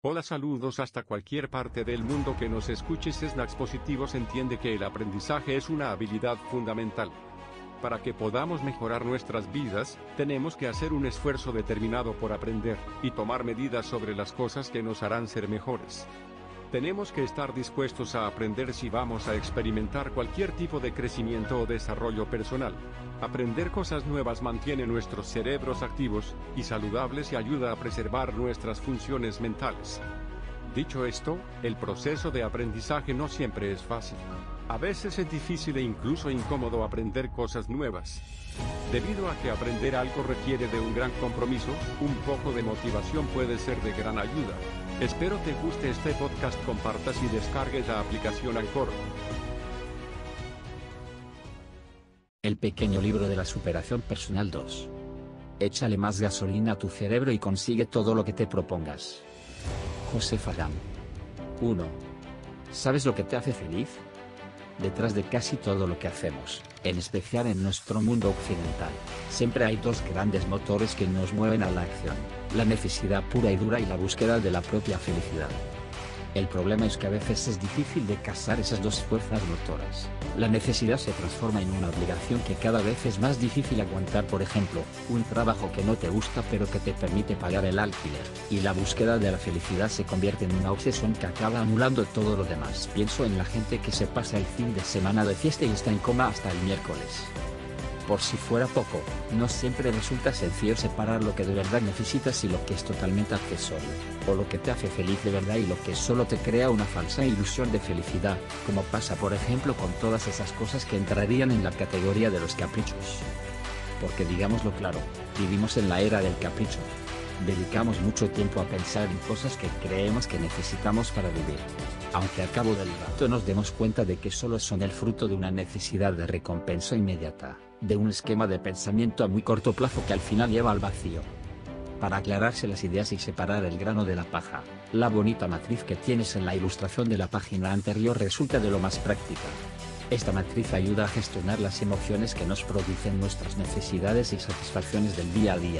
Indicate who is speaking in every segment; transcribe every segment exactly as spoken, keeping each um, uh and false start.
Speaker 1: Hola, saludos hasta cualquier parte del mundo que nos escuches. Snacks Positivos entiende que el aprendizaje es una habilidad fundamental. Para que podamos mejorar nuestras vidas, tenemos que hacer un esfuerzo determinado por aprender, y tomar medidas sobre las cosas que nos harán ser mejores. Tenemos que estar dispuestos a aprender si vamos a experimentar cualquier tipo de crecimiento o desarrollo personal. Aprender cosas nuevas mantiene nuestros cerebros activos y saludables y ayuda a preservar nuestras funciones mentales. Dicho esto, el proceso de aprendizaje no siempre es fácil. A veces es difícil e incluso incómodo aprender cosas nuevas. Debido a que aprender algo requiere de un gran compromiso, un poco de motivación puede ser de gran ayuda. Espero te guste este podcast, compartas y descargues la aplicación Anchor.
Speaker 2: El pequeño libro de la superación personal dos. Échale más gasolina a tu cerebro y consigue todo lo que te propongas. Joseph Adam. uno. ¿Sabes lo que te hace feliz? Detrás de casi todo lo que hacemos, en especial en nuestro mundo occidental, siempre hay dos grandes motores que nos mueven a la acción: la necesidad pura y dura y la búsqueda de la propia felicidad. El problema es que a veces es difícil de casar esas dos fuerzas motoras. La necesidad se transforma en una obligación que cada vez es más difícil aguantar, por ejemplo, un trabajo que no te gusta pero que te permite pagar el alquiler, y la búsqueda de la felicidad se convierte en una obsesión que acaba anulando todo lo demás. Pienso en la gente que se pasa el fin de semana de fiesta y está en coma hasta el miércoles. Por si fuera poco, no siempre resulta sencillo separar lo que de verdad necesitas y lo que es totalmente accesorio, o lo que te hace feliz de verdad y lo que solo te crea una falsa ilusión de felicidad, como pasa por ejemplo con todas esas cosas que entrarían en la categoría de los caprichos. Porque digámoslo claro, vivimos en la era del capricho. Dedicamos mucho tiempo a pensar en cosas que creemos que necesitamos para vivir, aunque al cabo del rato nos demos cuenta de que solo son el fruto de una necesidad de recompensa inmediata, de un esquema de pensamiento a muy corto plazo que al final lleva al vacío. Para aclararse las ideas y separar el grano de la paja, la bonita matriz que tienes en la ilustración de la página anterior resulta de lo más práctica. Esta matriz ayuda a gestionar las emociones que nos producen nuestras necesidades y satisfacciones del día a día.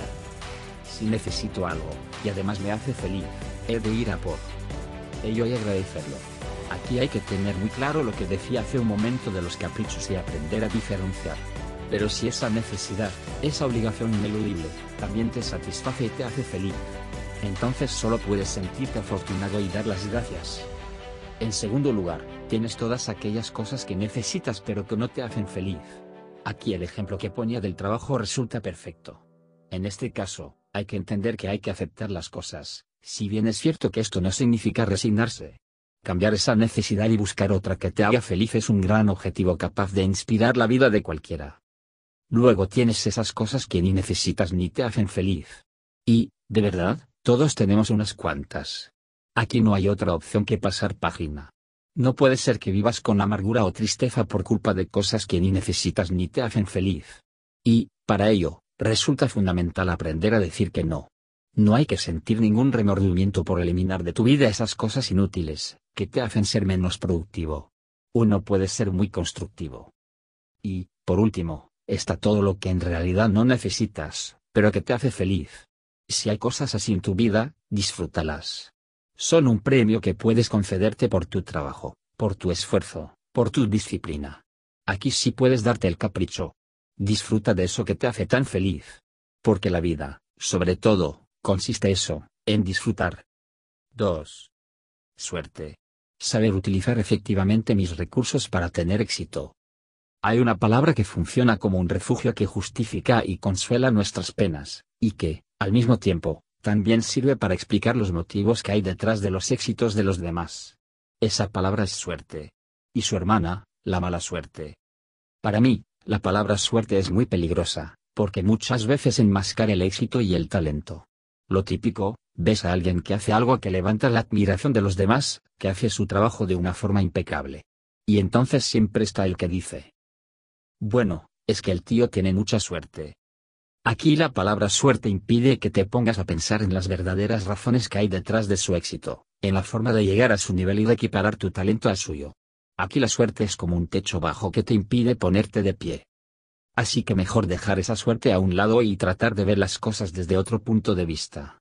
Speaker 2: Si necesito algo, y además me hace feliz, he de ir a por ello y agradecerlo. Aquí hay que tener muy claro lo que decía hace un momento de los caprichos y aprender a diferenciar. Pero si esa necesidad, esa obligación ineludible, también te satisface y te hace feliz, entonces solo puedes sentirte afortunado y dar las gracias. En segundo lugar, tienes todas aquellas cosas que necesitas pero que no te hacen feliz. Aquí el ejemplo que ponía del trabajo resulta perfecto. En este caso, hay que entender que hay que aceptar las cosas, si bien es cierto que esto no significa resignarse. Cambiar esa necesidad y buscar otra que te haga feliz es un gran objetivo capaz de inspirar la vida de cualquiera. Luego tienes esas cosas que ni necesitas ni te hacen feliz. Y, de verdad, todos tenemos unas cuantas. Aquí no hay otra opción que pasar página. No puede ser que vivas con amargura o tristeza por culpa de cosas que ni necesitas ni te hacen feliz. Y, para ello, resulta fundamental aprender a decir que no. No hay que sentir ningún remordimiento por eliminar de tu vida esas cosas inútiles, que te hacen ser menos productivo. Uno puede ser muy constructivo. Y, por último, está todo lo que en realidad no necesitas, pero que te hace feliz. Si hay cosas así en tu vida, disfrútalas. Son un premio que puedes concederte por tu trabajo, por tu esfuerzo, por tu disciplina. Aquí sí puedes darte el capricho. Disfruta de eso que te hace tan feliz. Porque la vida, sobre todo, consiste eso, en disfrutar. dos. Suerte. Saber utilizar efectivamente mis recursos para tener éxito. Hay una palabra que funciona como un refugio que justifica y consuela nuestras penas, y que, al mismo tiempo, también sirve para explicar los motivos que hay detrás de los éxitos de los demás. Esa palabra es suerte. Y su hermana, la mala suerte. Para mí, la palabra suerte es muy peligrosa, porque muchas veces enmascara el éxito y el talento. Lo típico, ves a alguien que hace algo que levanta la admiración de los demás, que hace su trabajo de una forma impecable. Y entonces siempre está el que dice: bueno, es que el tío tiene mucha suerte. Aquí la palabra suerte impide que te pongas a pensar en las verdaderas razones que hay detrás de su éxito, en la forma de llegar a su nivel y de equiparar tu talento al suyo. Aquí la suerte es como un techo bajo que te impide ponerte de pie. Así que mejor dejar esa suerte a un lado y tratar de ver las cosas desde otro punto de vista.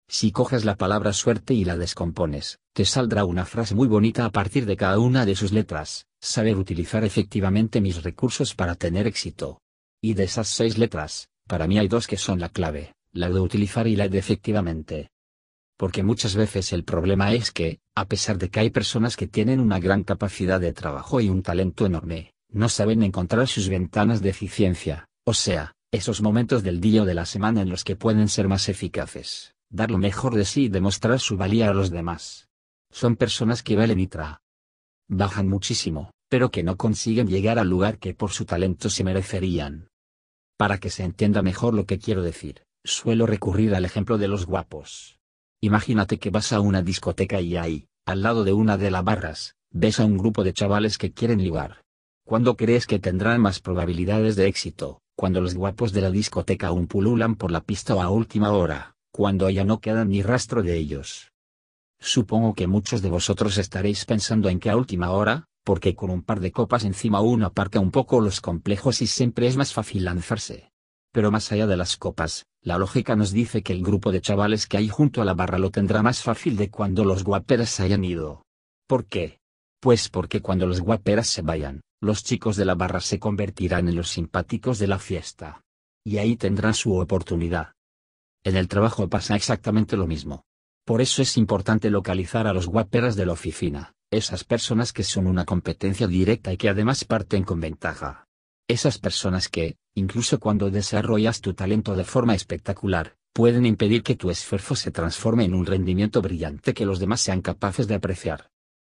Speaker 2: Si coges la palabra suerte y la descompones, te saldrá una frase muy bonita a partir de cada una de sus letras: saber utilizar efectivamente mis recursos para tener éxito. Y de esas seis letras, para mí hay dos que son la clave, la de utilizar y la de efectivamente. Porque muchas veces el problema es que, a pesar de que hay personas que tienen una gran capacidad de trabajo y un talento enorme, no saben encontrar sus ventanas de eficiencia, o sea, esos momentos del día o de la semana en los que pueden ser más eficaces, dar lo mejor de sí y demostrar su valía a los demás. Son personas que valen y tra. Bajan muchísimo, pero que no consiguen llegar al lugar que por su talento se merecerían. Para que se entienda mejor lo que quiero decir, suelo recurrir al ejemplo de los guapos. Imagínate que vas a una discoteca y ahí, al lado de una de las barras, ves a un grupo de chavales que quieren ligar. ¿Cuándo crees que tendrán más probabilidades de éxito? Cuando los guapos de la discoteca aún pululan por la pista o a última hora, cuando ya no queda ni rastro de ellos. Supongo que muchos de vosotros estaréis pensando en que a última hora, porque con un par de copas encima uno aparca un poco los complejos y siempre es más fácil lanzarse. Pero más allá de las copas, la lógica nos dice que el grupo de chavales que hay junto a la barra lo tendrá más fácil de cuando los guaperas se hayan ido. ¿Por qué? Pues porque cuando los guaperas se vayan, los chicos de la barra se convertirán en los simpáticos de la fiesta. Y ahí tendrán su oportunidad. En el trabajo pasa exactamente lo mismo. Por eso es importante localizar a los guaperas de la oficina, esas personas que son una competencia directa y que además parten con ventaja. Esas personas que, incluso cuando desarrollas tu talento de forma espectacular, pueden impedir que tu esfuerzo se transforme en un rendimiento brillante que los demás sean capaces de apreciar.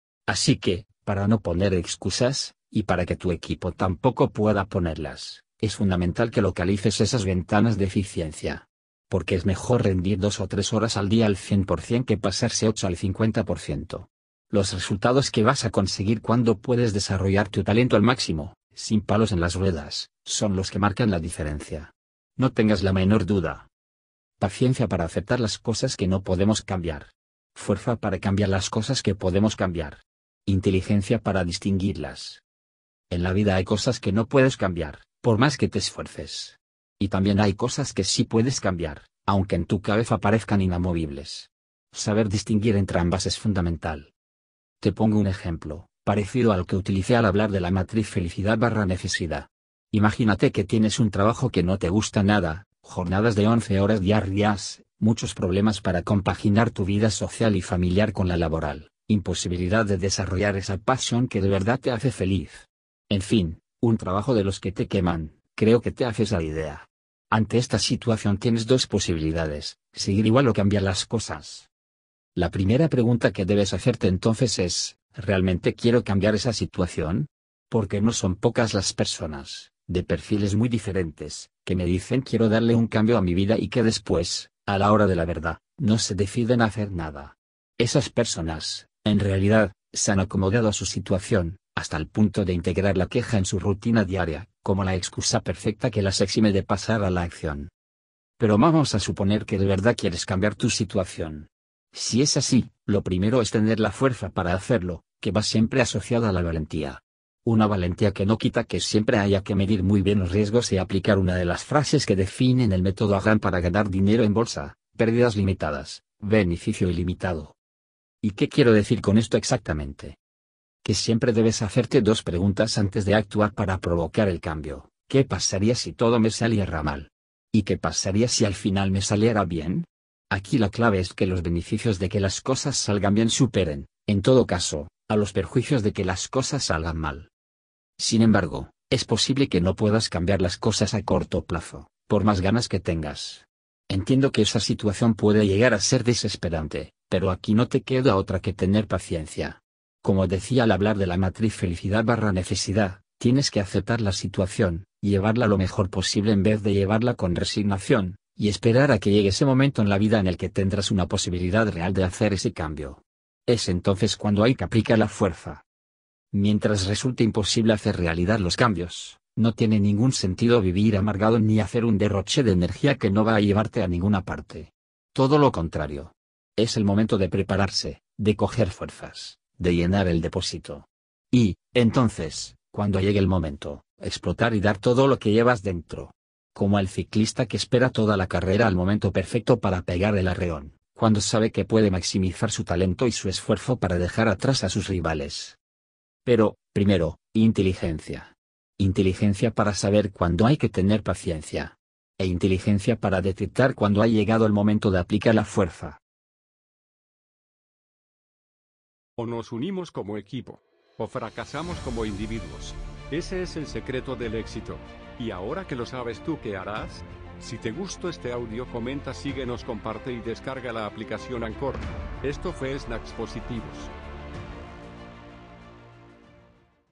Speaker 2: Así que, para no poner excusas, y para que tu equipo tampoco pueda ponerlas, es fundamental que localices esas ventanas de eficiencia. Porque es mejor rendir dos o tres horas al día al cien por ciento que pasarse ocho al cincuenta por ciento. Los resultados que vas a conseguir cuando puedes desarrollar tu talento al máximo, sin palos en las ruedas, son los que marcan la diferencia. No tengas la menor duda. Paciencia para aceptar las cosas que no podemos cambiar. Fuerza para cambiar las cosas que podemos cambiar. Inteligencia para distinguirlas. En la vida hay cosas que no puedes cambiar, por más que te esfuerces. Y también hay cosas que sí puedes cambiar, aunque en tu cabeza parezcan inamovibles. Saber distinguir entre ambas es fundamental. Te pongo un ejemplo, parecido al que utilicé al hablar de la matriz felicidad barra necesidad. Imagínate que tienes un trabajo que no te gusta nada, jornadas de once horas diarias, muchos problemas para compaginar tu vida social y familiar con la laboral, imposibilidad de desarrollar esa pasión que de verdad te hace feliz. En fin, un trabajo de los que te queman, creo que te haces la idea. Ante esta situación tienes dos posibilidades, seguir igual o cambiar las cosas. La primera pregunta que debes hacerte entonces es, ¿realmente quiero cambiar esa situación? Porque no son pocas las personas, de perfiles muy diferentes, que me dicen quiero darle un cambio a mi vida y que después, a la hora de la verdad, no se deciden a hacer nada. Esas personas, en realidad, se han acomodado a su situación, hasta el punto de integrar la queja en su rutina diaria, como la excusa perfecta que las exime de pasar a la acción. Pero vamos a suponer que de verdad quieres cambiar tu situación. Si es así, lo primero es tener la fuerza para hacerlo, que va siempre asociada a la valentía. Una valentía que no quita que siempre haya que medir muy bien los riesgos y aplicar una de las frases que definen el método Agram para ganar dinero en bolsa: pérdidas limitadas, beneficio ilimitado. ¿Y qué quiero decir con esto exactamente? Que siempre debes hacerte dos preguntas antes de actuar para provocar el cambio. ¿Qué pasaría si todo me saliera mal? ¿Y qué pasaría si al final me saliera bien? Aquí la clave es que los beneficios de que las cosas salgan bien superen, en todo caso, a los perjuicios de que las cosas salgan mal. Sin embargo, es posible que no puedas cambiar las cosas a corto plazo, por más ganas que tengas. Entiendo que esa situación puede llegar a ser desesperante, pero aquí no te queda otra que tener paciencia. Como decía al hablar de la matriz felicidad barra necesidad, tienes que aceptar la situación, llevarla lo mejor posible en vez de llevarla con resignación, y esperar a que llegue ese momento en la vida en el que tendrás una posibilidad real de hacer ese cambio. Es entonces cuando hay que aplicar la fuerza. Mientras resulte imposible hacer realidad los cambios, no tiene ningún sentido vivir amargado ni hacer un derroche de energía que no va a llevarte a ninguna parte. Todo lo contrario. Es el momento de prepararse, de coger fuerzas, de llenar el depósito. Y, entonces, cuando llegue el momento, explotar y dar todo lo que llevas dentro. Como el ciclista que espera toda la carrera al momento perfecto para pegar el arreón. cuando sabe que puede maximizar su talento y su esfuerzo para dejar atrás a sus rivales. Pero, primero, inteligencia. Inteligencia para saber cuándo hay que tener paciencia. E inteligencia para detectar cuándo ha llegado el momento de aplicar la fuerza.
Speaker 1: O nos unimos como equipo, o fracasamos como individuos. Ese es el secreto del éxito. Y ahora que lo sabes, ¿tú qué harás? Si te gustó este audio, comenta, síguenos, comparte y descarga la aplicación Anchor. Esto fue Snacks Positivos.